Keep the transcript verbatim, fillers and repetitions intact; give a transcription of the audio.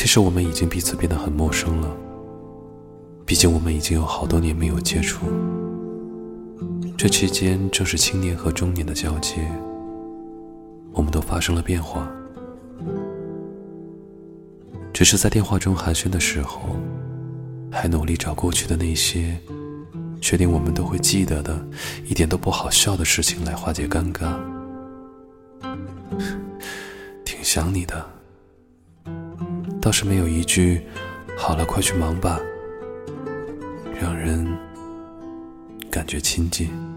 实我们已经彼此变得很陌生了，毕竟我们已经有好多年没有接触。这期间正是青年和中年的交接，我们都发生了变化。只是在电话中寒暄的时候，还努力找过去的那些确定我们都会记得的一点都不好笑的事情来化解尴尬。挺想你的，倒是没有一句好了快去忙吧，让人感觉亲近。